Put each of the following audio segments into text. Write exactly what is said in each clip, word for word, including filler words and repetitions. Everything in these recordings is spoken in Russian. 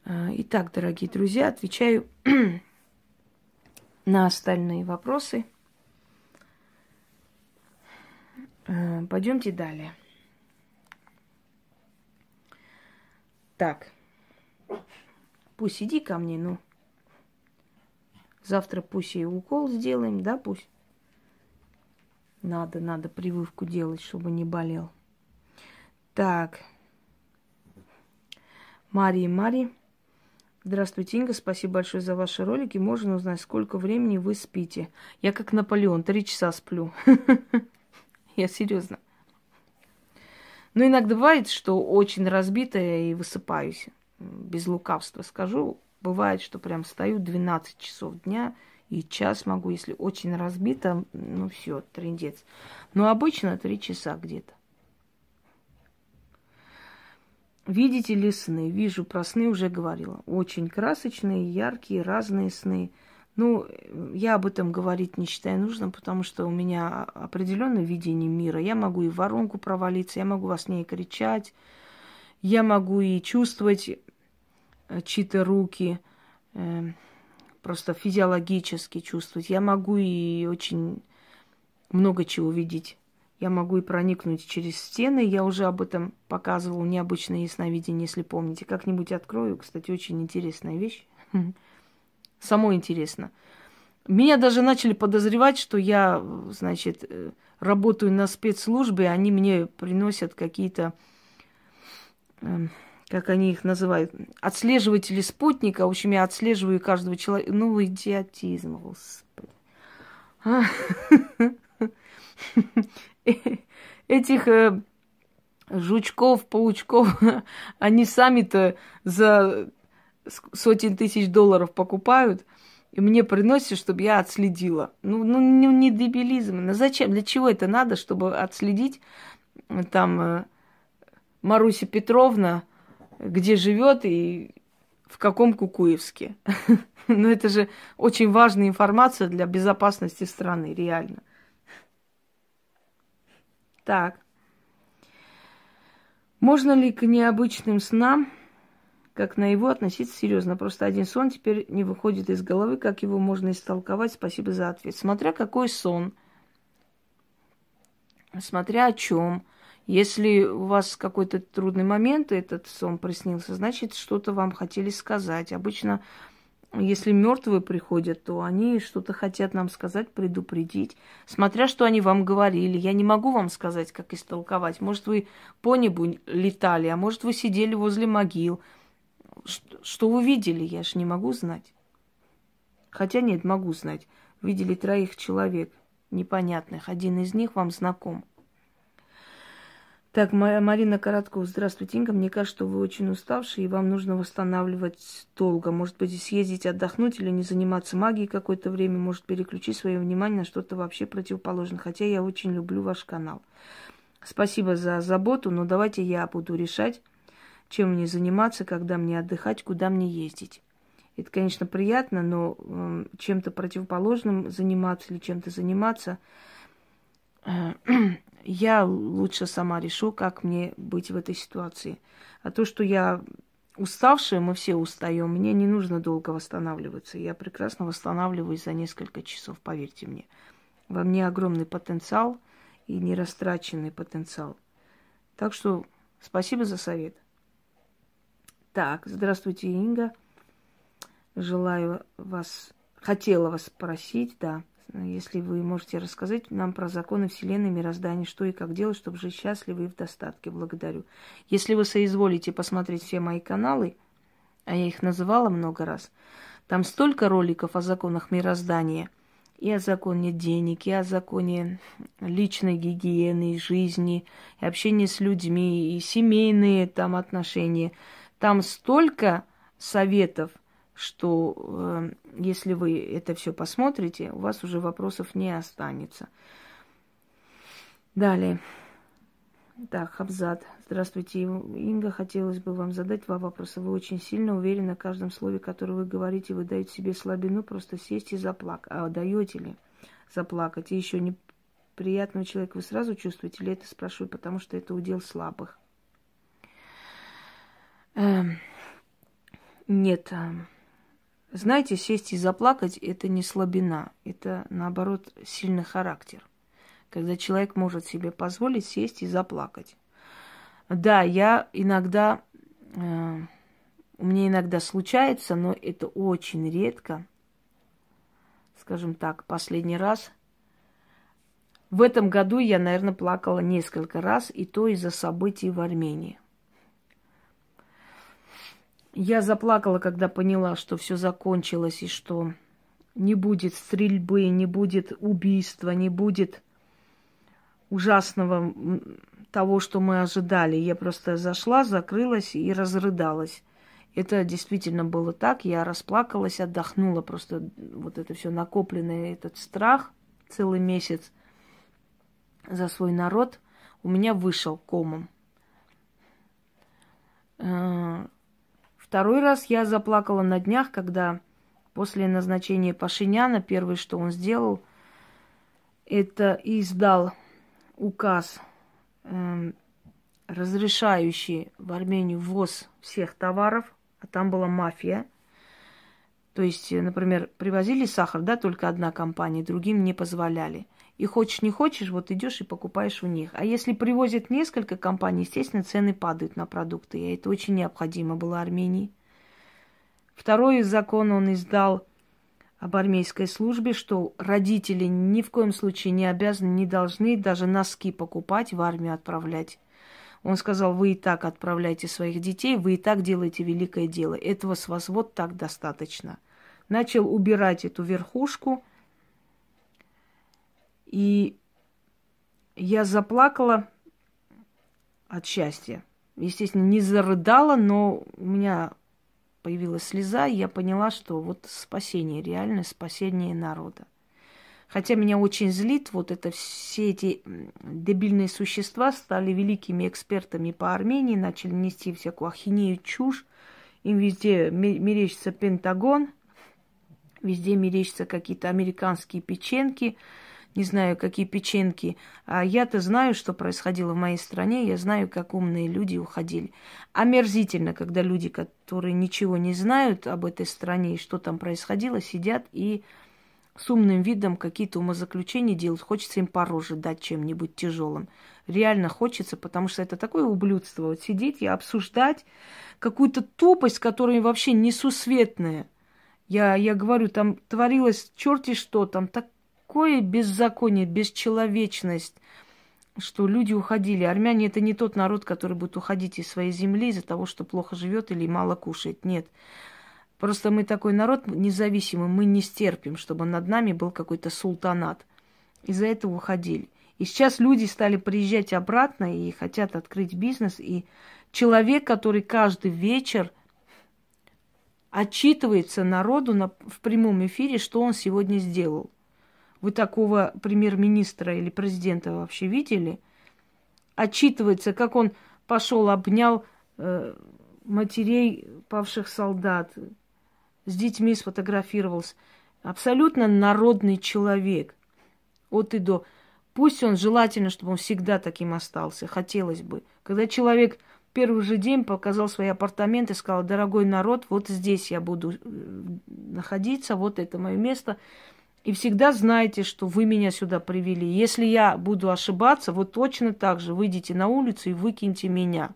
Итак, дорогие друзья, отвечаю на остальные вопросы. Пойдемте далее. Так, пусть иди ко мне, ну. Завтра пусть и укол сделаем, да, пусть. Надо, надо прививку делать, чтобы не болел. Так. Мария, Мария. Здравствуйте, Инга. Спасибо большое за ваши ролики. Можно узнать, сколько времени вы спите? Я как Наполеон, три часа сплю. Я серьезно. Но иногда бывает, что очень разбитая и высыпаюсь. Без лукавства скажу. Бывает, что прям встаю двенадцать часов дня и час могу, если очень разбита, ну все, трындец. Но обычно три часа где-то. Видите ли сны? Вижу, про сны уже говорила. Очень красочные, яркие, разные сны. Ну, я об этом говорить не считаю нужным, потому что у меня определенное видение мира. Я могу и в воронку провалиться, я могу во сне и кричать, я могу и чувствовать чьи-то руки, э, просто физиологически чувствовать. Я могу и очень много чего видеть. Я могу и проникнуть через стены. Я уже об этом показывала, необычное ясновидение, если помните. Как-нибудь открою. Кстати, очень интересная вещь. Само интересно. Меня даже начали подозревать, что я, значит, работаю на спецслужбе, они мне приносят какие-то, как они их называют, отслеживатели спутника. В общем, я отслеживаю каждого человека. Ну, идиотизм, господи. Этих э, жучков, паучков, они сами-то за сотен тысяч долларов покупают, и мне приносят, чтобы я отследила. Ну, ну не, не дебилизм. Ну зачем? Для чего это надо, чтобы отследить там э, Маруся Петровна, где живет и в каком Кукуевске? Ну, это же очень важная информация для безопасности страны, реально. Так. Можно ли к необычным снам, как на его, относиться серьезно? Просто один сон теперь не выходит из головы. Как его можно истолковать? Спасибо за ответ. Смотря какой сон, смотря о чем. Если у вас какой-то трудный момент, этот сон приснился, значит, что-то вам хотели сказать. Обычно, если мертвые приходят, то они что-то хотят нам сказать, предупредить. Смотря, что они вам говорили. Я не могу вам сказать, как истолковать. Может, вы по небу летали, а может, вы сидели возле могил. Что, что вы видели, я же не могу знать. Хотя нет, могу знать. Видели троих человек непонятных. Один из них вам знаком. Так, Марина Короткова, здравствуйте, Инга. Мне кажется, что вы очень уставшие, и вам нужно восстанавливать долго. Может быть, съездить отдохнуть или не заниматься магией какое-то время. Может, переключить свое внимание на что-то вообще противоположное. Хотя я очень люблю ваш канал. Спасибо за заботу, но давайте я буду решать, чем мне заниматься, когда мне отдыхать, куда мне ездить. Это, конечно, приятно, но э, чем-то противоположным заниматься или чем-то заниматься... Э, я лучше сама решу, как мне быть в этой ситуации. А то, что я уставшая, мы все устаем, мне не нужно долго восстанавливаться. Я прекрасно восстанавливаюсь за несколько часов, поверьте мне. Во мне огромный потенциал и нерастраченный потенциал. Так что спасибо за совет. Так, здравствуйте, Инга. Желаю вас, хотела вас спросить, да, если вы можете рассказать нам про законы Вселенной, мироздания, что и как делать, чтобы жить счастливо и в достатке. Благодарю. Если вы соизволите посмотреть все мои каналы, а я их называла много раз, там столько роликов о законах мироздания, и о законе денег, и о законе личной гигиены, жизни, и общения с людьми, и семейные там отношения. Там столько советов, что э, если вы это все посмотрите, у вас уже вопросов не останется. Далее. Так, Хабзат. Здравствуйте, Инга. Хотелось бы вам задать два вопроса. Вы очень сильно уверены в каждом слове, которое вы говорите. Вы даете себе слабину, просто сесть и заплакать. А даете ли заплакать? И еще неприятного человека вы сразу чувствуете? Или это спрашиваю, потому что это удел слабых? Эм. Нет. а, Знаете, сесть и заплакать – это не слабина, это, наоборот, сильный характер. Когда человек может себе позволить сесть и заплакать. Да, я иногда, э, у меня иногда случается, но это очень редко. Скажем так, последний раз. В этом году я, наверное, плакала несколько раз, и то из-за событий в Армении. Я заплакала, когда поняла, что все закончилось, и что не будет стрельбы, не будет убийства, не будет ужасного того, что мы ожидали. Я просто зашла, закрылась и разрыдалась. Это действительно было так. Я расплакалась, отдохнула. Просто вот это все накопленное, этот страх целый месяц за свой народ у меня вышел комом. Второй раз я заплакала на днях, когда после назначения Пашиняна первое, что он сделал, это издал указ, э, разрешающий в Армению ввоз всех товаров, а там была мафия. То есть, например, привозили сахар, да, только одна компания, другим не позволяли. И хочешь не хочешь, вот идешь и покупаешь у них. А если привозят несколько компаний, естественно, цены падают на продукты. И это очень необходимо было Армении. Второй закон он издал об армейской службе, что родители ни в коем случае не обязаны, не должны даже носки покупать, в армию отправлять. Он сказал, вы и так отправляете своих детей, вы и так делаете великое дело. Этого с вас вот так достаточно. Начал убирать эту верхушку. И я заплакала от счастья. Естественно, не зарыдала, но у меня появилась слеза, и я поняла, что вот спасение, реальное спасение народа. Хотя меня очень злит, вот это все эти дебильные существа стали великими экспертами по Армении, начали нести всякую ахинею, чушь. Им везде мерещится Пентагон, везде мерещатся какие-то американские печеньки, не знаю, какие печеньки. А я-то знаю, что происходило в моей стране, я знаю, как умные люди уходили. Омерзительно, когда люди, которые ничего не знают об этой стране и что там происходило, сидят и с умным видом какие-то умозаключения делают. Хочется им по роже дать чем-нибудь тяжелым. Реально хочется, потому что это такое ублюдство. Вот сидеть и обсуждать какую-то тупость, которая вообще несусветная. Я, я говорю, там творилось черти что, там так такое беззаконие, бесчеловечность, что люди уходили. Армяне – это не тот народ, который будет уходить из своей земли из-за того, что плохо живет или мало кушает. Нет. Просто мы такой народ независимый, мы не стерпим, чтобы над нами был какой-то султанат. Из-за этого уходили. И сейчас люди стали приезжать обратно и хотят открыть бизнес. И человек, который каждый вечер отчитывается народу на, в прямом эфире, что он сегодня сделал. Вы такого премьер-министра или президента вообще видели? Отчитывается, как он пошел, обнял э, матерей павших солдат, с детьми сфотографировался. Абсолютно народный человек. От и до. Пусть он, желательно, чтобы он всегда таким остался. Хотелось бы. Когда человек первый же день показал свои апартаменты, сказал, дорогой народ, вот здесь я буду находиться, вот это мое место. И всегда знайте, что вы меня сюда привели. Если я буду ошибаться, вот точно так же выйдите на улицу и выкиньте меня.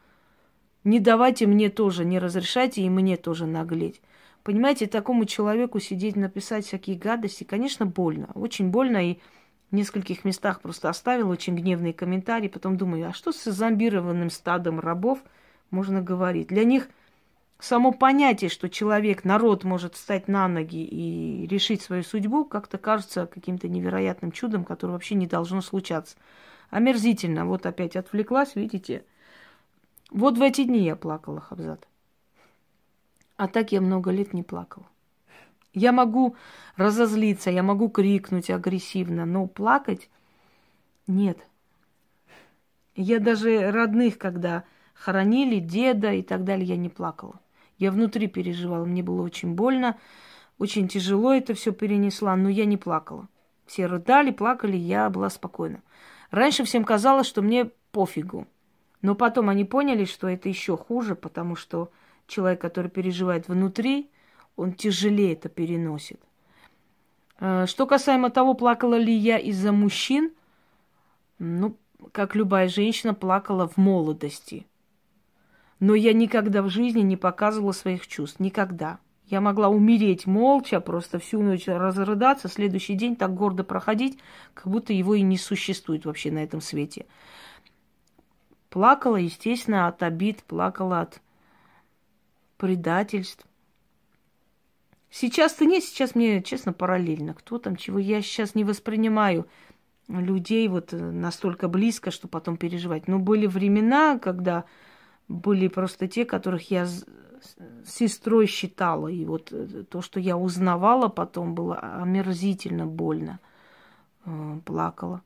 Не давайте мне тоже, не разрешайте и мне тоже наглеть. Понимаете, такому человеку сидеть, написать всякие гадости, конечно, больно. Очень больно, и в нескольких местах просто оставил очень гневные комментарии. Потом думаю, а что с зомбированным стадом рабов можно говорить? Для них само понятие, что человек, народ может встать на ноги и решить свою судьбу, как-то кажется каким-то невероятным чудом, которое вообще не должно случаться. Омерзительно. Вот опять отвлеклась, видите. Вот в эти дни я плакала, Хавзат. А так я много лет не плакала. Я могу разозлиться, я могу крикнуть агрессивно, но плакать нет. Я даже родных, когда хоронили, деда и так далее, я не плакала. Я внутри переживала, мне было очень больно, очень тяжело это все перенесла, но я не плакала. Все рыдали, плакали, я была спокойна. Раньше всем казалось, что мне пофигу. Но потом они поняли, что это еще хуже, потому что человек, который переживает внутри, он тяжелее это переносит. Что касаемо того, плакала ли я из-за мужчин, ну, как любая женщина, плакала в молодости. Но я никогда в жизни не показывала своих чувств. Никогда. Я могла умереть молча, просто всю ночь разрыдаться, следующий день так гордо проходить, как будто его и не существует вообще на этом свете. Плакала, естественно, от обид, плакала от предательств. Сейчас-то нет, сейчас мне, честно, параллельно. Кто там, чего. Я сейчас не воспринимаю людей вот настолько близко, что потом переживать. Но были времена, когда были просто те, которых я сестрой считала. И вот то, что я узнавала потом, было омерзительно больно. Плакала.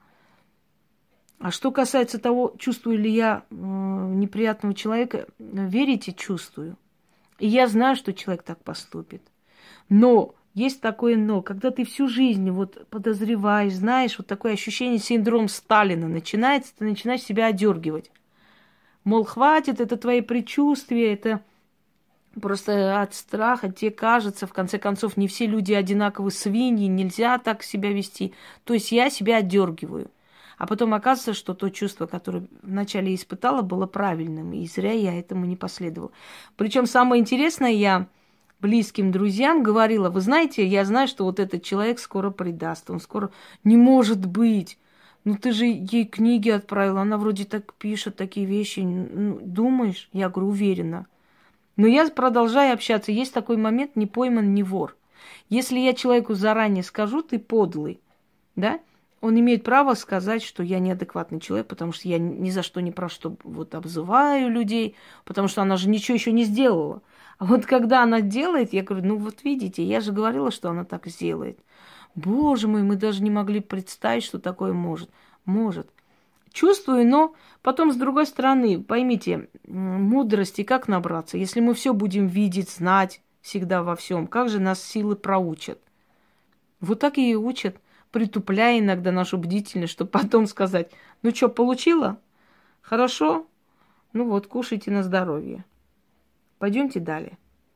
А что касается того, чувствую ли я неприятного человека, верите, чувствую. И я знаю, что человек так поступит. Но есть такое но, когда ты всю жизнь вот подозреваешь, знаешь, вот такое ощущение, синдром Сталина начинается, ты начинаешь себя одергивать. Мол, хватит, это твои предчувствия, это просто от страха тебе кажется, в конце концов, не все люди одинаковые свиньи, нельзя так себя вести. То есть я себя одергиваю. А потом оказывается, что то чувство, которое вначале испытала, было правильным, и зря я этому не последовала. Причем самое интересное, я близким друзьям говорила: вы знаете, я знаю, что вот этот человек скоро предаст, он скоро... Не может быть! Ну ты же ей книги отправила, она вроде так пишет такие вещи. Ну, думаешь? Я говорю, уверена. Но я продолжаю общаться. Есть такой момент: не пойман, не вор. Если я человеку заранее скажу, ты подлый, да, он имеет право сказать, что я неадекватный человек, потому что я ни за что, ни про что вот обзываю людей, потому что она же ничего еще не сделала. А вот когда она делает, я говорю, ну вот видите, я же говорила, что она так сделает. Боже мой, мы даже не могли представить, что такое может. Может. Чувствую, но потом, с другой стороны, поймите, мудрости как набраться? Если мы все будем видеть, знать всегда во всем, как же нас силы проучат? Вот так и учат, притупляя иногда нашу бдительность, чтобы потом сказать, ну что, получила? Хорошо? Ну вот, кушайте на здоровье. Пойдемте далее.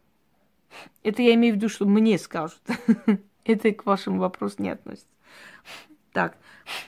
Это я имею в виду, что мне скажут. Это к вашему вопросу не относится. Так.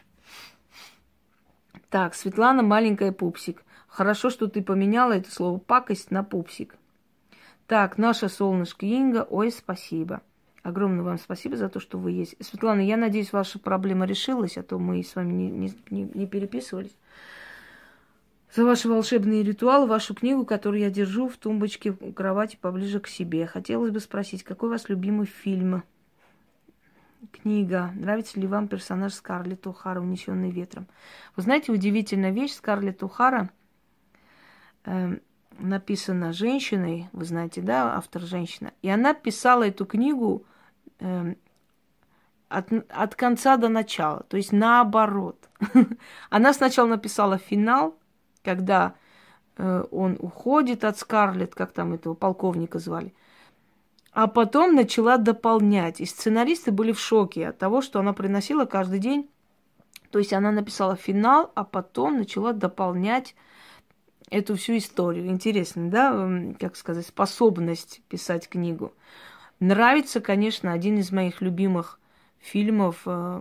Так, Светлана, маленькая пупсик. Хорошо, что ты поменяла это слово пакость на пупсик. Так, наша солнышко Инга, ой, спасибо. Огромное вам спасибо за то, что вы есть. Светлана, я надеюсь, ваша проблема решилась, а то мы с вами не, не, не, не переписывались. За ваши волшебные ритуалы, вашу книгу, которую я держу в тумбочке в кровати поближе к себе. Хотелось бы спросить, какой у вас любимый фильм? Книга. Нравится ли вам персонаж Скарлетт О'Хара, унесенный ветром? Вы знаете, удивительная вещь. Скарлетт О'Хара э, написана женщиной, вы знаете, да, автор женщина. И она писала эту книгу э, от, от конца до начала, то есть наоборот. Она сначала написала финал, когда э, он уходит от Скарлетт, как там этого полковника звали, а потом начала дополнять. И сценаристы были в шоке от того, что она приносила каждый день. То есть она написала финал, а потом начала дополнять эту всю историю. Интересно, да, как сказать, способность писать книгу. Нравится, конечно, один из моих любимых фильмов,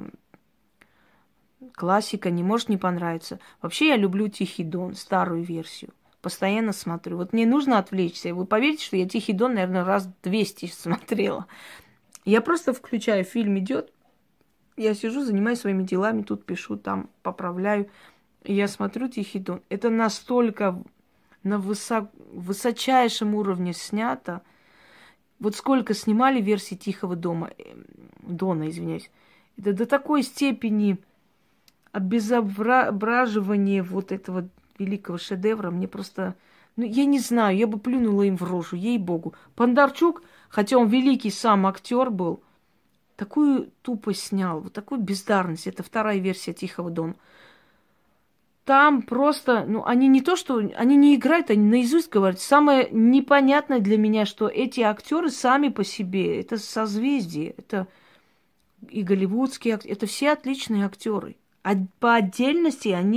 классика, не может не понравиться. Вообще я люблю «Тихий Дон», старую версию. Постоянно смотрю. Вот мне нужно отвлечься. Вы поверите, что я «Тихий Дон», наверное, раз двести смотрела. Я просто включаю, фильм идет, я сижу, занимаюсь своими делами, тут пишу, там поправляю. И я смотрю «Тихий Дон». Это настолько на высок... высочайшем уровне снято. Вот сколько снимали версии «Тихого дома», Дона, извиняюсь. Это до такой степени обезображивание вот этого великого шедевра. Мне просто... Ну, я не знаю, я бы плюнула им в рожу, ей-богу. Бондарчук, хотя он великий сам актер был, такую тупость снял, вот такую бездарность. Это вторая версия «Тихого дома». Там просто, ну, они не то, что... Они не играют, они наизусть говорят. Самое непонятное для меня, что эти актеры сами по себе, это созвездие, это и голливудские актеры, это все отличные актеры. А по отдельности они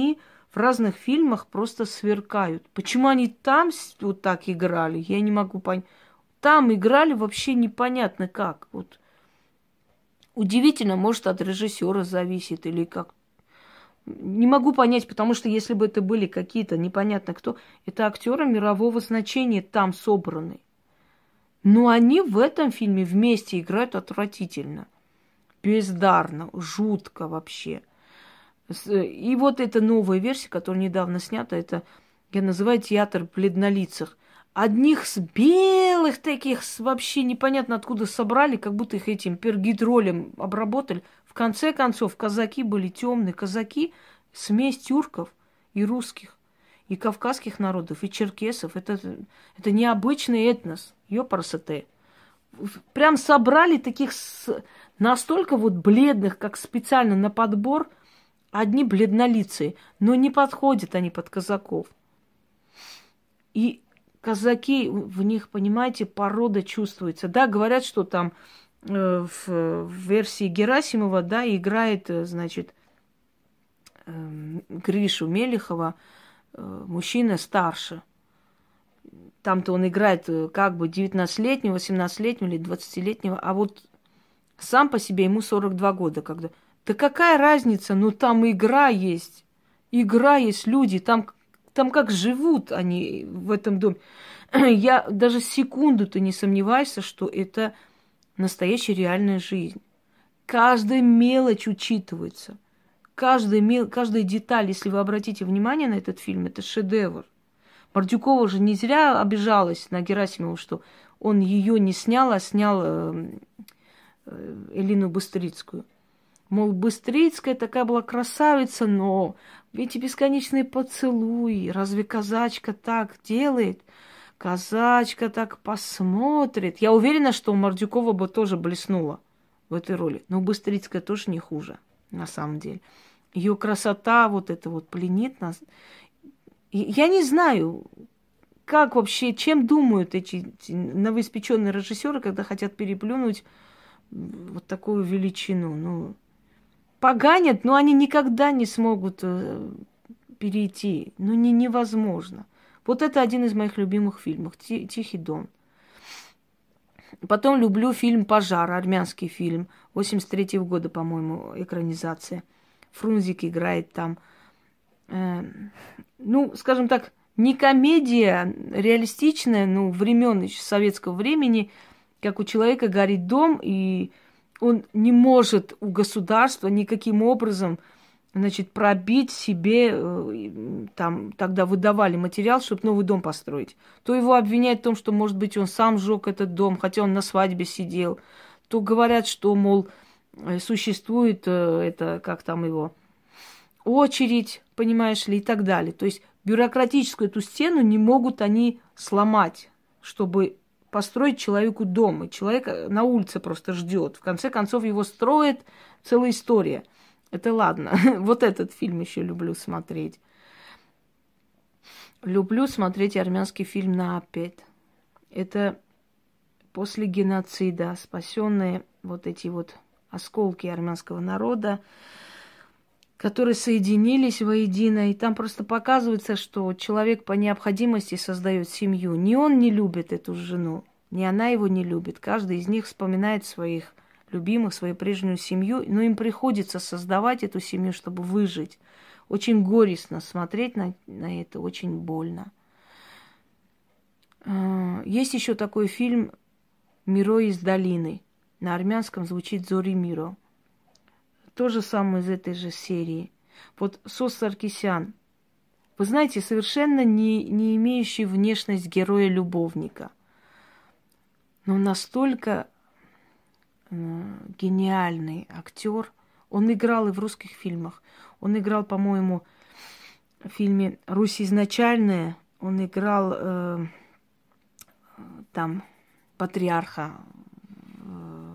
в разных фильмах просто сверкают. Почему они там вот так играли, я не могу понять. Там играли вообще непонятно как. Вот. Удивительно, может, от режиссера зависит или как. Не могу понять, потому что если бы это были какие-то непонятно кто, это актеры мирового значения там собраны. Но они в этом фильме вместе играют отвратительно. Бездарно, жутко вообще. И вот эта новая версия, которая недавно снята, это, я называю, театр бледнолицых. Одних с белых таких, с вообще непонятно откуда собрали, как будто их этим пергидролем обработали. В конце концов, казаки были темные. Казаки – смесь тюрков и русских, и кавказских народов, и черкесов. Это, это необычный этнос. Ёпарасоте. Прям собрали таких с... настолько вот бледных, как специально на подбор, одни бледнолицые, но не подходят они под казаков. И казаки, в них, понимаете, порода чувствуется. Да, говорят, что там э, в, в версии Герасимова, да, играет, э, значит, э, Гришу Мелехова э, мужчина старше. Там-то он играет э, как бы девятнадцатилетнего, восемнадцатилетнего или двадцатилетнего, а вот сам по себе ему сорок два года. Когда... Да какая разница? Ну там игра есть. Игра есть, люди. Там, там как живут они в этом доме. Я даже секунду-то не сомневаюсь, что это настоящая реальная жизнь. Каждая мелочь учитывается. Каждая, мел... каждая деталь, если вы обратите внимание на этот фильм, это шедевр. Мордюкова же не зря обижалась на Герасимова, что он ее не снял, а снял э, э, Элину Быстрицкую. Мол, Быстрицкая такая была красавица, но эти бесконечные поцелуи, разве казачка так делает? Казачка так посмотрит. Я уверена, что у Мордюкова бы тоже блеснула в этой роли. Но Быстрицкая тоже не хуже, на самом деле. Ее красота вот это вот пленит нас. И я не знаю, как вообще, чем думают эти, эти новоиспеченные режиссеры, когда хотят переплюнуть вот такую величину. Ну, поганят, но они никогда не смогут э, перейти. Ну, не, невозможно. Вот это один из моих любимых фильмов «Тихий дон». Потом люблю фильм «Пожар», армянский фильм, восемьдесят третьего года, по-моему, экранизация. Фрунзик играет там. Э, ну, скажем так, не комедия реалистичная, ну, времен еще советского времени, как у человека горит дом, и он не может у государства никаким образом, значит, пробить себе, там, тогда выдавали материал, чтобы новый дом построить. То его обвиняют в том, что, может быть, он сам сжег этот дом, хотя он на свадьбе сидел. То говорят, что, мол, существует это, как там его, очередь, понимаешь ли, и так далее. То есть бюрократическую эту стену не могут они сломать, чтобы построить человеку дом. И человек на улице просто ждет. В конце концов, его строит целая история. Это ладно. Вот этот фильм еще люблю смотреть. Люблю смотреть армянский фильм «Наапет». Это после геноцида спасенные вот эти вот осколки армянского народа, которые соединились воедино. И там просто показывается, что человек по необходимости создает семью. Ни он не любит эту жену, ни она его не любит. Каждый из них вспоминает своих любимых, свою прежнюю семью, но им приходится создавать эту семью, чтобы выжить. Очень горестно смотреть на, на это, очень больно. Есть еще такой фильм «Миро из долины». На армянском звучит «Зори Миро». То же самое из этой же серии. Вот Сос Саркисян, вы знаете, совершенно не, не имеющий внешность героя-любовника, но настолько гениальный актер. Он играл и в русских фильмах. Он играл, по-моему, в фильме «Русь изначальная». Он играл э, там патриарха э,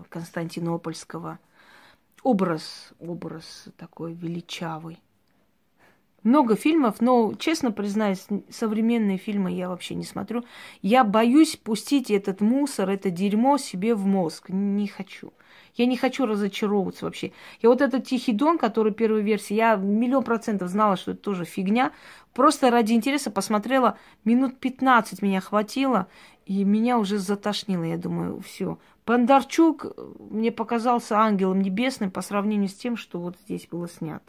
Константинопольского. Образ, образ такой величавый. Много фильмов, но, честно признаюсь, современные фильмы я вообще не смотрю. Я боюсь пустить этот мусор, это дерьмо себе в мозг. Не хочу. Я не хочу разочаровываться вообще. Я вот этот «Тихий дон», который первой версии, я миллион процентов знала, что это тоже фигня. Просто ради интереса посмотрела, минут пятнадцать меня хватило, и меня уже затошнило. Я думаю, все. Бондарчук мне показался ангелом небесным по сравнению с тем, что вот здесь было снято.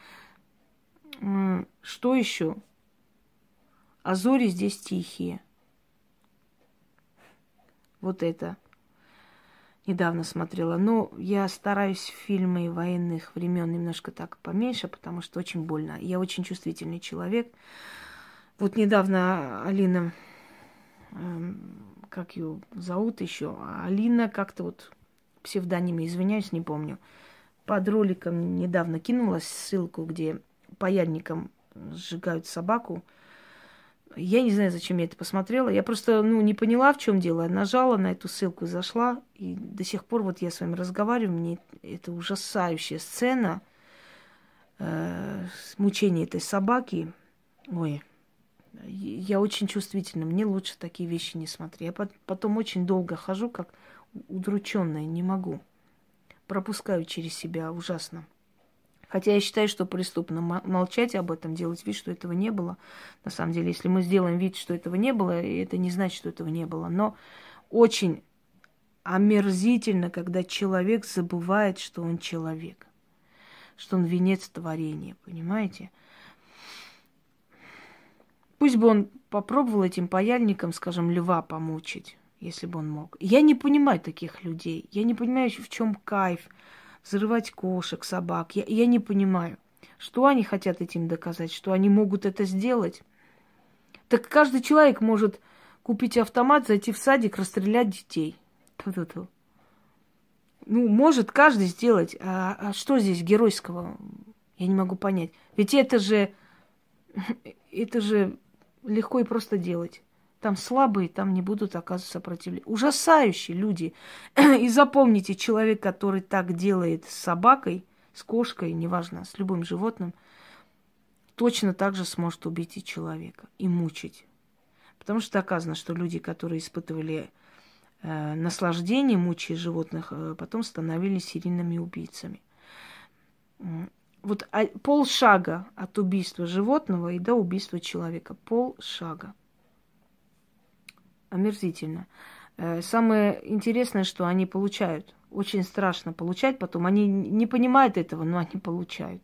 Что еще? А зори здесь тихие. Вот это. Недавно смотрела. Но я стараюсь фильмы военных времен немножко так поменьше, потому что очень больно. Я очень чувствительный человек. Вот недавно Алина, э, как ее зовут еще, Алина как-то вот псевдонимы, извиняюсь, не помню. Под роликом недавно кинулась ссылку, где паяльником сжигают собаку. Я не знаю, зачем я это посмотрела. Я просто, ну, не поняла, в чем дело. Нажала на эту ссылку, зашла, и до сих пор вот я с вами разговариваю, мне это ужасающая сцена э, мучения этой собаки. Ой, я очень чувствительна, мне лучше такие вещи не смотреть. Я потом очень долго хожу, как удрученная, не могу. Пропускаю через себя, ужасно. Хотя я считаю, что преступно молчать об этом, делать вид, что этого не было. На самом деле, если мы сделаем вид, что этого не было, это не значит, что этого не было. Но очень омерзительно, когда человек забывает, что он человек, что он венец творения, понимаете? Пусть бы он попробовал этим паяльником, скажем, льва помучить, если бы он мог. Я не понимаю таких людей. Я не понимаю, в чем кайф. Взрывать кошек, собак. Я, я не понимаю, что они хотят этим доказать, что они могут это сделать. Так каждый человек может купить автомат, зайти в садик, расстрелять детей. Ту-ту-ту. Ну, может каждый сделать. А, а что здесь геройского? Я не могу понять. Ведь это же, это же легко и просто делать. Там слабые, там не будут оказывать сопротивление. Ужасающие люди. И запомните, человек, который так делает с собакой, с кошкой, неважно, с любым животным, точно так же сможет убить и человека, и мучить. Потому что доказано, что люди, которые испытывали э, наслаждение, мучая животных, э, потом становились серийными убийцами. Вот а, полшага от убийства животного и до убийства человека. Полшага. Омерзительно. Самое интересное, что они получают. Очень страшно получать потом. Они не понимают этого, но они получают.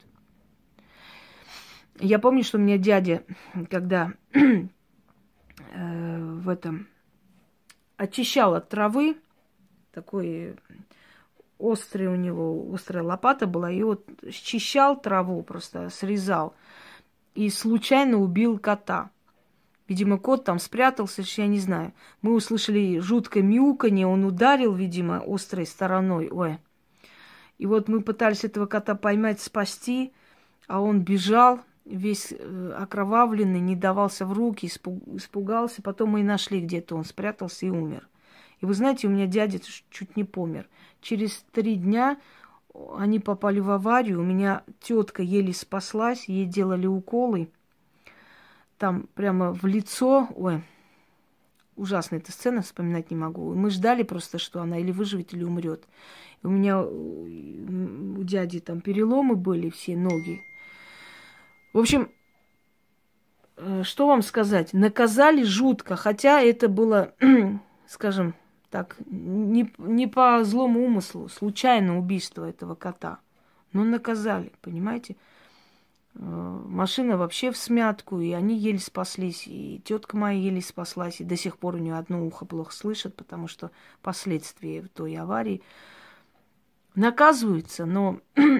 Я помню, что у меня дядя, когда э, в этом очищал от травы, такой острый у него, острая лопата была, и вот счищал траву, просто срезал, и случайно убил кота. Видимо, кот там спрятался, я не знаю. Мы услышали жуткое мяуканье, он ударил, видимо, острой стороной. Ой. И вот мы пытались этого кота поймать, спасти, а он бежал, весь окровавленный, не давался в руки, испугался. Потом мы и нашли где-то, он спрятался и умер. И вы знаете, у меня дядя чуть не помер. Через три дня они попали в аварию, у меня тетка еле спаслась, ей делали уколы. Там прямо в лицо, ой, ужасная эта сцена, вспоминать не могу. Мы ждали просто, что она или выживет, или умрет. У меня у дяди там переломы были, все ноги. В общем, что вам сказать? Наказали жутко, хотя это было, скажем так, не, не по злому умыслу, случайное убийство этого кота. Но наказали, понимаете? Машина вообще в смятку, и они еле спаслись, и тетка моя еле спаслась, и до сих пор у нее одно ухо плохо слышит, потому что последствия той аварии наказываются, но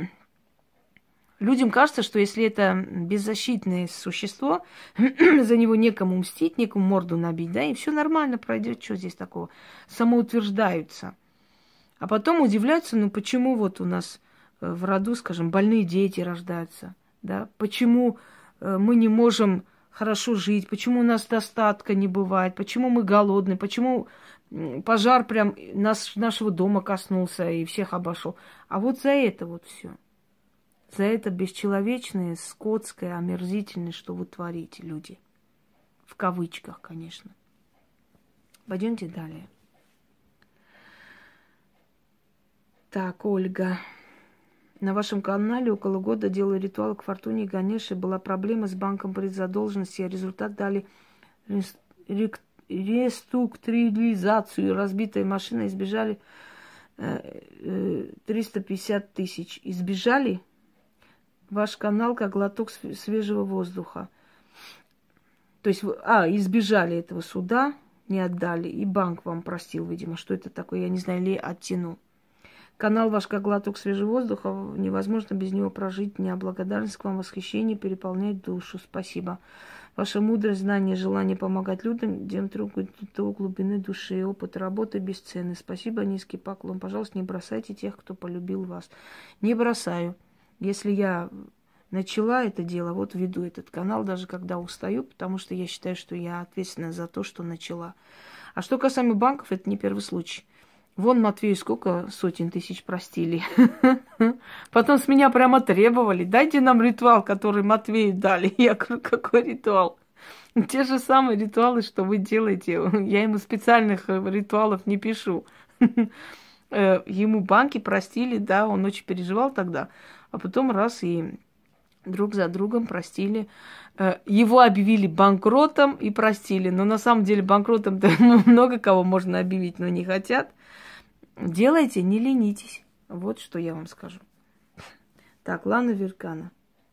людям кажется, что если это беззащитное существо, за него некому мстить, некому морду набить, да, и все нормально пройдет, что здесь такого, самоутверждаются. А потом удивляются, ну почему вот у нас в роду, скажем, больные дети рождаются. Да? Почему э, мы не можем хорошо жить, почему у нас достатка не бывает, почему мы голодны, почему пожар прям нас, нашего дома коснулся и всех обошел. А вот за это вот все. за это бесчеловечное, скотское, омерзительное, что вы творите, люди. В кавычках, конечно. Пойдемте далее. Так, Ольга. На вашем канале около года делали ритуал к Фортуне и Ганеше. Была проблема с банком предзадолженности, а результат дали реструктуризацию. Разбитая машина, избежали триста пятьдесят тысяч. Избежали? Ваш канал как глоток свежего воздуха. То есть, а, избежали этого суда, не отдали, и банк вам простил, видимо. Что это такое, я не знаю, или оттянул. Канал ваш как глоток свежего воздуха, невозможно без него прожить дня. Благодарность к вам, восхищение переполняет душу. Спасибо. Ваша мудрость, знание, желание помогать людям, где трогают до глубины души, опыт работы бесценный. Спасибо, низкий поклон. Пожалуйста, не бросайте тех, кто полюбил вас. Не бросаю. Если я начала это дело, вот веду этот канал, даже когда устаю, потому что я считаю, что я ответственна за то, что начала. А что касаемо банков, это не первый случай. Вон Матвею сколько сотен тысяч простили. Потом с меня прямо требовали, дайте нам ритуал, который Матвею дали. Я говорю, какой ритуал? Те же самые ритуалы, что вы делаете. Я ему специальных ритуалов не пишу. Ему банки простили, да, он очень переживал тогда. А потом раз и друг за другом простили. Его объявили банкротом и простили. Но на самом деле банкротом-то много кого можно объявить, но не хотят. Делайте, не ленитесь. Вот что я вам скажу. Так, Лана Веркана.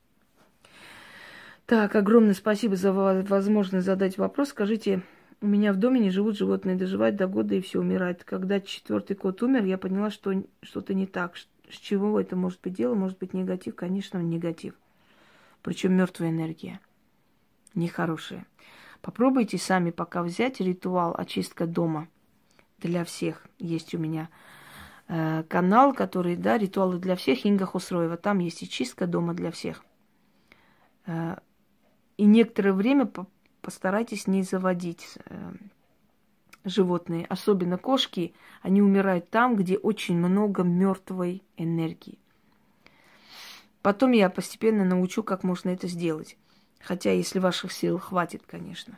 Так, огромное спасибо за возможность задать вопрос. Скажите, у меня в доме не живут животные, доживают до года и все, умирают. Когда четвертый кот умер, я поняла, что что-то не так. С чего это может быть дело? Может быть негатив? Конечно, негатив. Причем мертвая энергия. Нехорошая. Попробуйте сами пока взять ритуал очистка дома. Для всех есть у меня э, канал, который, да, ритуалы для всех, Инга Хусроева. Там есть и чистка дома для всех. Э, и некоторое время по постарайтесь не заводить э, животные. Особенно кошки, они умирают там, где очень много мертвой энергии. Потом я постепенно научу, как можно это сделать. Хотя, если ваших сил хватит, конечно.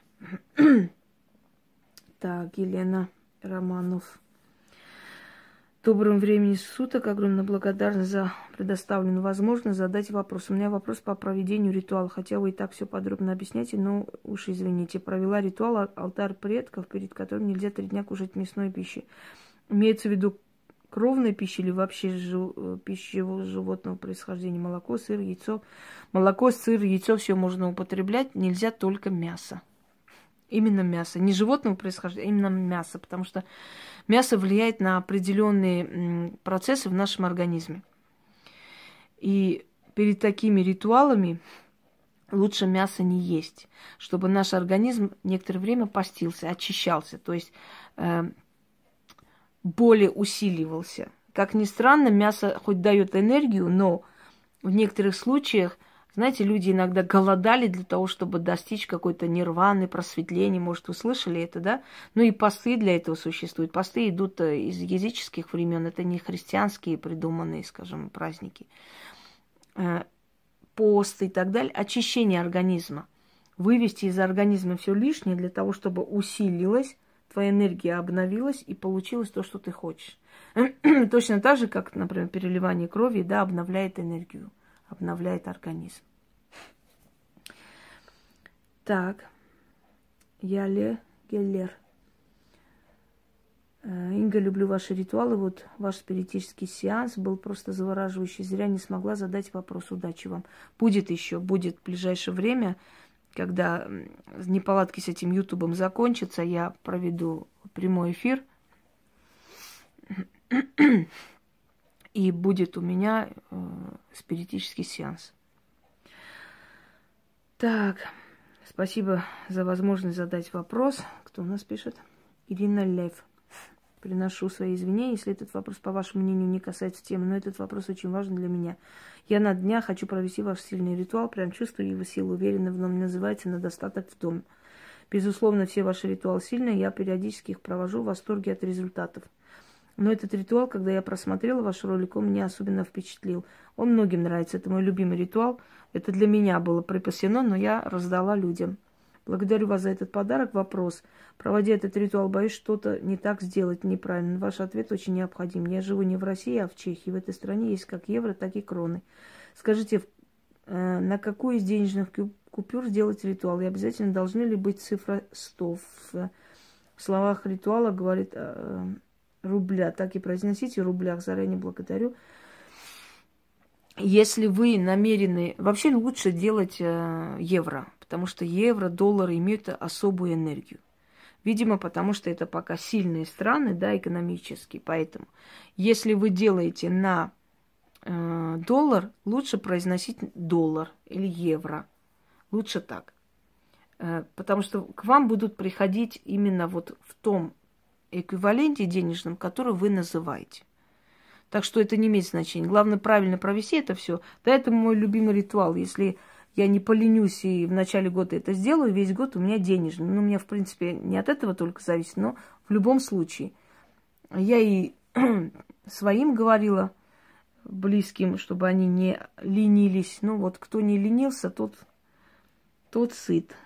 Так, Елена Романов. Доброго времени суток. Огромная благодарность за предоставленную возможность задать вопрос. У меня вопрос по проведению ритуала. Хотя вы и так все подробно объясняете, но уж извините. Провела ритуал алтарь предков, перед которым нельзя три дня кушать мясной пищи. Имеется в виду кровная пища или вообще жив... пища животного происхождения? Молоко, сыр, яйцо. Молоко, сыр, яйцо все можно употреблять. Нельзя только мясо. Именно мясо. Не животного происхождения, а именно мясо. Потому что мясо влияет на определенные процессы в нашем организме. И перед такими ритуалами лучше мясо не есть, чтобы наш организм некоторое время постился, очищался, то есть э, более усиливался. Как ни странно, мясо хоть дает энергию, но в некоторых случаях, знаете, люди иногда голодали для того, чтобы достичь какой-то нирваны, просветления. Может, вы слышали это, да? Ну и посты для этого существуют. Посты идут из языческих времен. Это не христианские придуманные, скажем, праздники. Пост и так далее. Очищение организма. Вывести из организма все лишнее для того, чтобы усилилась, твоя энергия обновилась и получилось то, что ты хочешь. Точно так же, как, например, переливание крови, да, обновляет энергию. Обновляет организм. Так. Яле Геллер. Инга, люблю ваши ритуалы. Вот ваш спиритический сеанс был просто завораживающий. Зря не смогла задать вопрос. Удачи вам. Будет еще, будет в ближайшее время, когда неполадки с этим ютубом закончатся, я проведу прямой эфир. И будет у меня э, спиритический сеанс. Так, спасибо за возможность задать вопрос. Кто у нас пишет? Ирина Лев. Приношу свои извинения, если этот вопрос, по вашему мнению, не касается темы, но этот вопрос очень важен для меня. Я на днях хочу провести ваш сильный ритуал, прям чувствую его силу, уверенно в нем, называется «На достаток в дом». Безусловно, все ваши ритуалы сильные, я периодически их провожу в восторге от результатов. Но этот ритуал, когда я просмотрела ваш ролик, он меня особенно впечатлил. Он многим нравится. Это мой любимый ритуал. Это для меня было припасено, но я раздала людям. Благодарю вас за этот подарок. Вопрос. Проводя этот ритуал, боюсь что-то не так сделать, неправильно. Ваш ответ очень необходим. Я живу не в России, а в Чехии. В этой стране есть как евро, так и кроны. Скажите, э, на какую из денежных купюр сделать ритуал? И обязательно должны ли быть цифра сто? В словах ритуала говорит э, рубля. Так и произносите в рублях. Заранее благодарю. Если вы намерены... Вообще лучше делать э, евро, потому что евро, доллары имеют особую энергию. Видимо, потому что это пока сильные страны, да, экономически. Поэтому, если вы делаете на э, доллар, лучше произносить доллар или евро. Лучше так. Э, потому что к вам будут приходить именно вот в том эквиваленте денежном, который вы называете. Так что это не имеет значения. Главное, правильно провести это все. Да, это мой любимый ритуал. Если я не поленюсь и в начале года это сделаю, весь год у меня денежный. Ну, у меня, в принципе, не от этого только зависит, но в любом случае. Я и своим говорила, близким, чтобы они не ленились. Ну, вот кто не ленился, тот, тот сыт.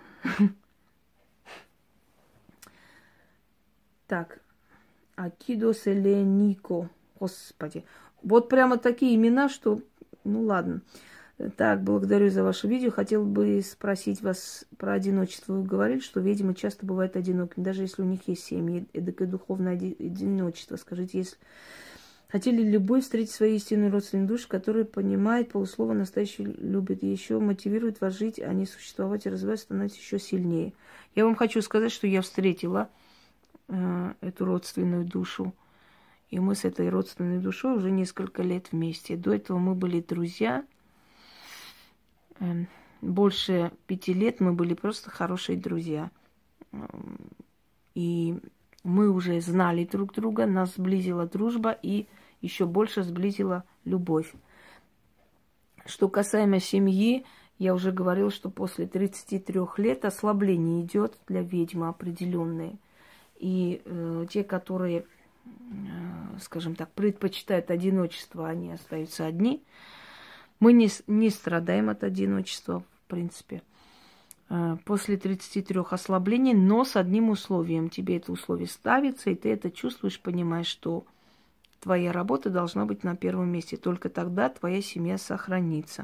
Так. Акидо Селенико. Господи. Вот прямо такие имена, что... Ну, ладно. Так, благодарю за ваше видео. Хотел бы спросить вас про одиночество. Вы говорили, что ведьмы часто бывают одинокими, даже если у них есть семьи. Эдакое духовное одиночество. Скажите, если... Хотели ли бы встретить свою истинную родственную душу, которая понимает полуслова, настоящую любит, и еще мотивирует вас жить, а не существовать и развиваться, становиться еще сильнее? Я вам хочу сказать, что я встретила э, эту родственную душу. И мы с этой родственной душой уже несколько лет вместе. До этого мы были друзья. Больше пяти лет мы были просто хорошие друзья. И мы уже знали друг друга, нас сблизила дружба и еще больше сблизила любовь. Что касаемо семьи, я уже говорила, что после тридцати трёх лет ослабление идет для ведьмы определенные. И э, те, которые... скажем так, предпочитают одиночество, они остаются одни. Мы не, не страдаем от одиночества, в принципе. После тридцати трёх ослаблений, но с одним условием. Тебе это условие ставится, и ты это чувствуешь, понимаешь, что твоя работа должна быть на первом месте. Только тогда твоя семья сохранится.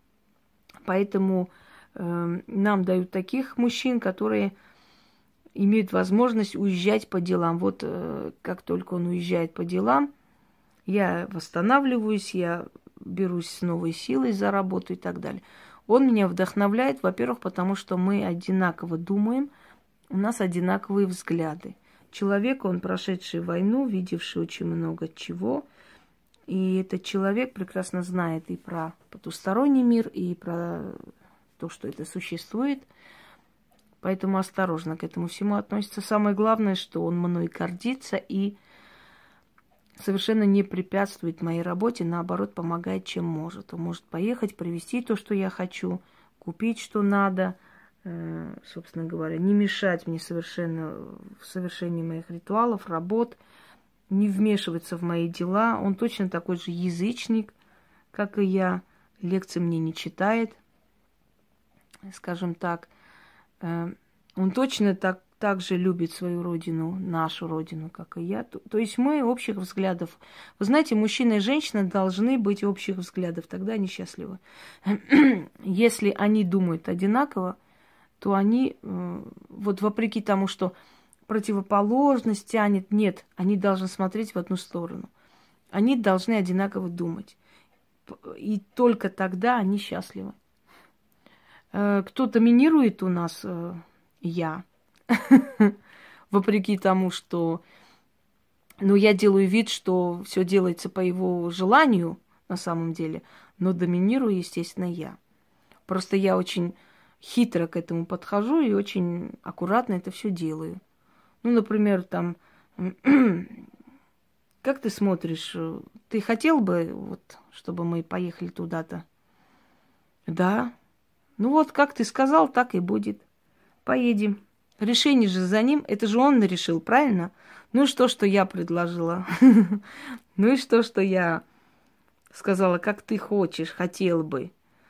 Поэтому э, нам дают таких мужчин, которые... имеют возможность уезжать по делам. Вот э, как только он уезжает по делам, я восстанавливаюсь, я берусь с новой силой за работу и так далее. Он меня вдохновляет, во-первых, потому что мы одинаково думаем, у нас одинаковые взгляды. Человек, он прошедший войну, видевший очень много чего, и этот человек прекрасно знает и про потусторонний мир, и про то, что это существует. Поэтому осторожно к этому всему относится. Самое главное, что он мной гордится и совершенно не препятствует моей работе, наоборот, помогает, чем может. Он может поехать, привезти то, что я хочу, купить, что надо, э, собственно говоря, не мешать мне совершенно в совершении моих ритуалов, работ, не вмешиваться в мои дела. Он точно такой же язычник, как и я. Лекции мне не читает, скажем так. Он точно так, так же любит свою родину, нашу родину, как и я. То, то есть мы общих взглядов. Вы знаете, мужчина и женщина должны быть общих взглядов, тогда они счастливы. Если они думают одинаково, то они, вот вопреки тому, что противоположность тянет, нет, они должны смотреть в одну сторону. Они должны одинаково думать. И только тогда они счастливы. Кто доминирует у нас? Я. Вопреки тому, что... Ну, я делаю вид, что все делается по его желанию на самом деле, но доминирую, естественно, я. Просто я очень хитро к этому подхожу и очень аккуратно это все делаю. Ну, например, там... Как ты смотришь? Ты хотел бы, вот, чтобы мы поехали туда-то? Да. Ну вот, как ты сказал, так и будет. Поедем. решение же за ним, это же он решил, правильно? Ну и что, что я предложила? Ну и что, что я сказала, как ты хочешь, хотел бы.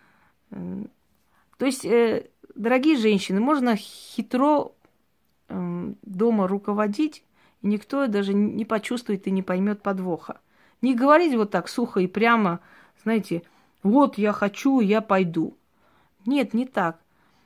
То есть, э, дорогие женщины, можно хитро э, дома руководить, и никто даже не почувствует и не поймет подвоха. Не говорить вот так сухо и прямо, знаете, вот я хочу, я пойду. Нет, не так.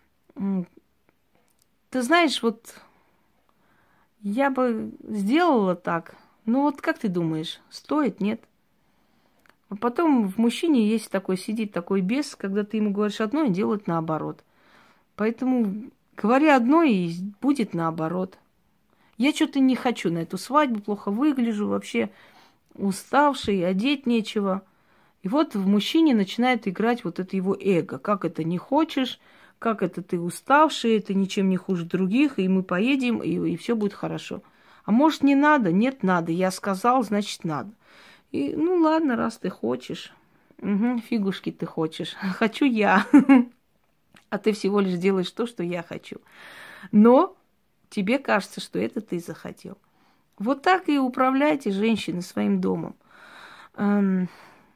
Ты знаешь, вот я бы сделала так. Ну вот как ты думаешь, стоит, нет? А потом в мужчине есть такой, сидит такой бес, когда ты ему говоришь одно, и делает наоборот. Поэтому говори одно, и будет наоборот. Я что-то не хочу на эту свадьбу, плохо выгляжу, вообще уставший, одеть нечего. И вот в мужчине начинает играть вот это его эго. Как это не хочешь, как это ты уставший, ты ничем не хуже других, и мы поедем, и, и все будет хорошо. А может, не надо? Нет, надо. Я сказал, значит, надо. И, ну ладно, раз ты хочешь. Угу, фигушки ты хочешь. Хочу я. А ты всего лишь делаешь то, что я хочу. Но тебе кажется, что это ты захотел. Вот так и управляйте, женщины, своим домом. Он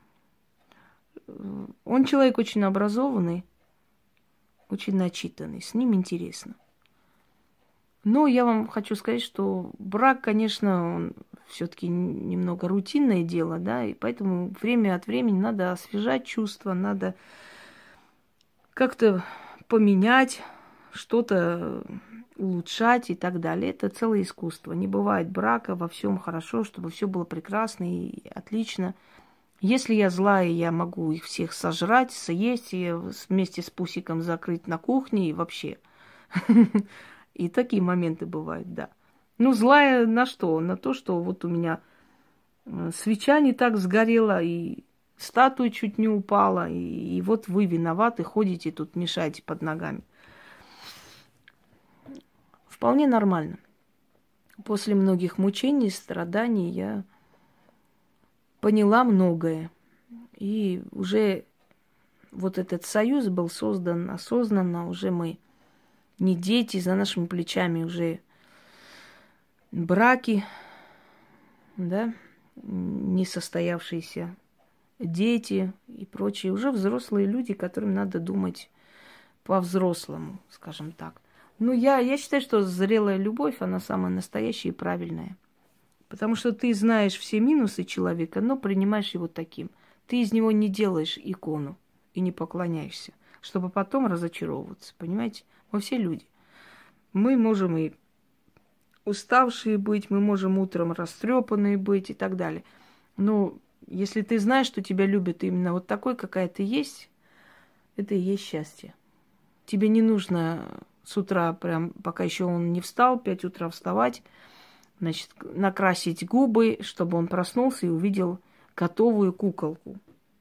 человек очень образованный, очень начитанный, с ним интересно. Но я вам хочу сказать, что брак, конечно, он все-таки немного рутинное дело, да, и поэтому время от времени надо освежать чувства, надо как-то поменять, что-то улучшать и так далее. Это целое искусство. Не бывает брака во всем хорошо, чтобы все было прекрасно и отлично. Если я злая, я могу их всех сожрать, съесть и вместе с пусиком закрыть на кухне и вообще. И такие моменты бывают, да. Ну, злая на что? На то, что вот у меня свеча не так сгорела, и статуя чуть не упала, и, и вот вы виноваты, ходите тут, мешаете под ногами. Вполне нормально. После многих мучений, страданий я поняла многое. И уже вот этот союз был создан осознанно, уже мы не дети, за нашими плечами уже браки, да, несостоявшиеся дети и прочие, уже взрослые люди, которым надо думать по-взрослому, скажем так. Ну, я, я считаю, что зрелая любовь, она самая настоящая и правильная. Потому что ты знаешь все минусы человека, но принимаешь его таким. Ты из него не делаешь икону и не поклоняешься, чтобы потом разочаровываться, понимаете? Мы все люди. Мы можем и уставшие быть, мы можем утром растрепанные быть и так далее. Но если ты знаешь, что тебя любят именно вот такой, какая ты есть, это и есть счастье. Тебе не нужно с утра, прям пока еще он не встал, пять утра вставать, значит, накрасить губы, чтобы он проснулся и увидел готовую куколку.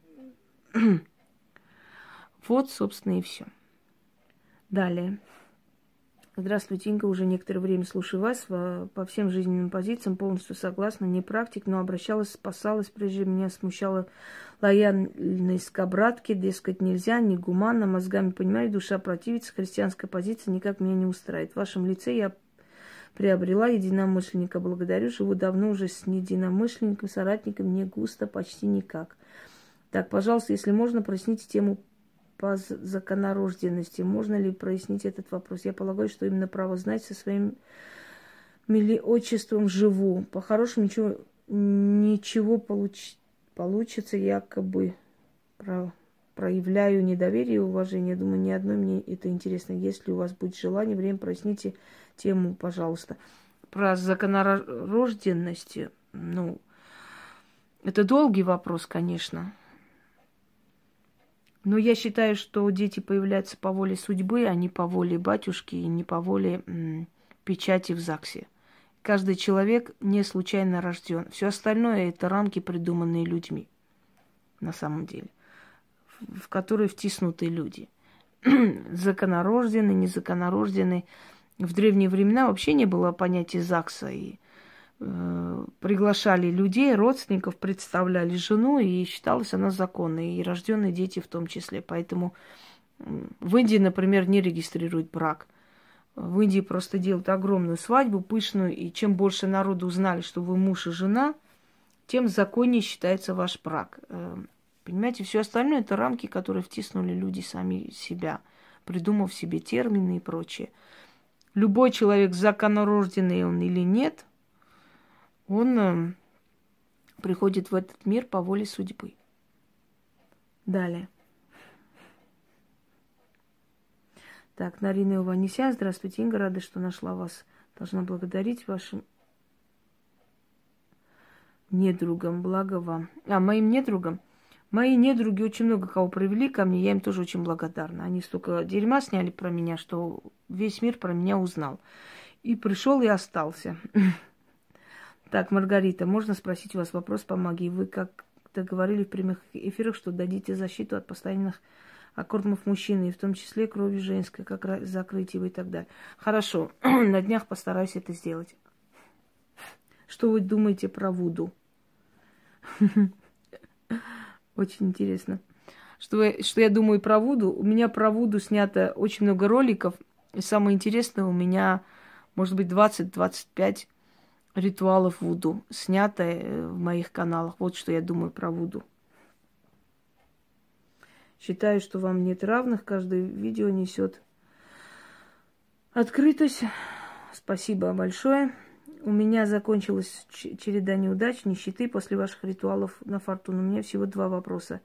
Вот, собственно, и все. Далее. Здравствуйте, Инга. Уже некоторое время слушаю вас. По всем жизненным позициям полностью согласна. Не практик, но обращалась, спасалась. Прежде меня смущала лояльность к обратке. Дескать, нельзя, негуманно. Мозгами понимаю, душа противится. Христианская позиция никак меня не устраивает. В вашем лице я приобрела единомышленника. Благодарю. Живу давно уже с единомышленником, соратником. Не густо, почти никак. Так, пожалуйста, если можно, проясните тему по законорожденности. Можно ли прояснить этот вопрос? Я полагаю, что именно право знать со своим отчеством живу. По-хорошему ничего, ничего получ, получится, якобы про, проявляю недоверие и уважение. Думаю, ни одной мне это интересно. Если у вас будет желание, время, проясните тему, пожалуйста. Про законорожденность, ну, это долгий вопрос, конечно. Но я считаю, что дети появляются по воле судьбы, а не по воле батюшки и не по воле м, печати в ЗАГСе. Каждый человек не случайно рожден. Все остальное – это рамки, придуманные людьми, на самом деле, в, в которые втиснуты люди. Законорожденный, незаконорожденный. В древние времена вообще не было понятия ЗАГСа. И э, приглашали людей, родственников, представляли жену, и считалась она законной, и рожденные дети в том числе. Поэтому в Индии, например, не регистрируют брак. В Индии просто делают огромную свадьбу, пышную, и чем больше народу узнали, что вы муж и жена, тем законнее считается ваш брак. Понимаете, все остальное это рамки, которые втиснули люди сами себя, придумав себе термины и прочее. Любой человек, законорожденный он или нет, он приходит в этот мир по воле судьбы. Далее. Так, Нарина Иванесян, здравствуйте, Инга, рада, что нашла вас. Должна благодарить вашим недругам, благо вам. А, моим недругам? Мои недруги очень много кого привели ко мне, я им тоже очень благодарна. Они столько дерьма сняли про меня, что весь мир про меня узнал. И пришел и остался. Так, Маргарита, можно спросить у вас вопрос по магии? Вы как-то говорили в прямых эфирах, что дадите защиту от постоянных аккордов мужчины, и в том числе крови женской, как закрыть его и так далее. Хорошо, на днях постараюсь это сделать. Что вы думаете про Вуду? Очень интересно. Что, что я думаю про Вуду? У меня про Вуду снято очень много роликов. И самое интересное, у меня, может быть, двадцать-двадцать пять ритуалов Вуду снято в моих каналах. Вот что я думаю про Вуду. Считаю, что вам нет равных. Каждое видео несет открытость. Спасибо большое. У меня закончилась череда неудач, нищеты после ваших ритуалов на фортуну. У меня всего два вопроса.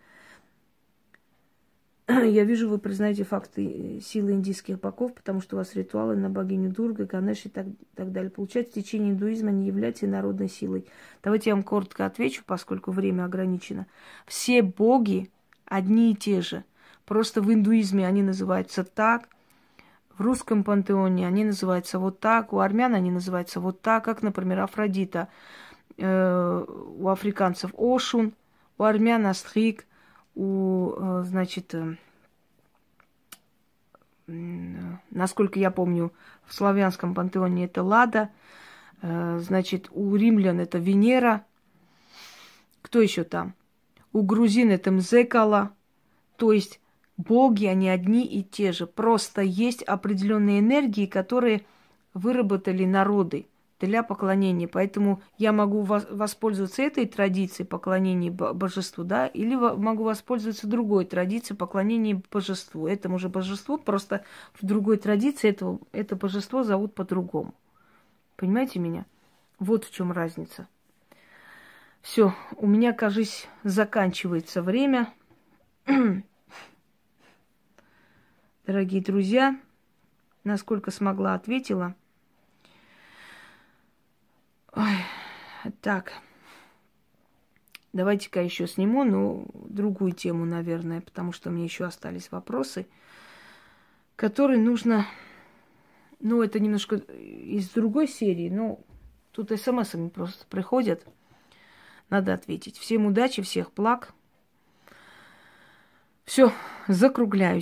Я вижу, вы признаете факты силы индийских богов, потому что у вас ритуалы на богиню Дурга, Ганеш и так, так далее. Получается, течение индуизма не является народной силой. Давайте я вам коротко отвечу, поскольку время ограничено. Все боги одни и те же. Просто в индуизме они называются так, в русском пантеоне они называются вот так, у армян они называются вот так, как, например, Афродита, э, у африканцев Ошун, у армян Астрик, у, э, значит, э, э, насколько я помню, в славянском пантеоне это Лада, э, значит, у римлян это Венера. Кто еще там? У грузин это Мзекала. То есть боги, они одни и те же. Просто есть определенные энергии, которые выработали народы для поклонения. Поэтому я могу воспользоваться этой традицией поклонения божеству, да, или могу воспользоваться другой традицией поклонения божеству. Этому же божеству, просто в другой традиции это, это божество зовут по-другому. Понимаете меня? Вот в чем разница. Все, у меня, кажись, заканчивается время. Дорогие друзья, насколько смогла, ответила. Ой, так, давайте-ка еще сниму, ну, другую тему, наверное, потому что мне еще остались вопросы, которые нужно, ну, это немножко из другой серии, но тут смс-ами просто приходят, надо ответить. Всем удачи, всех благ. Все, закругляюсь.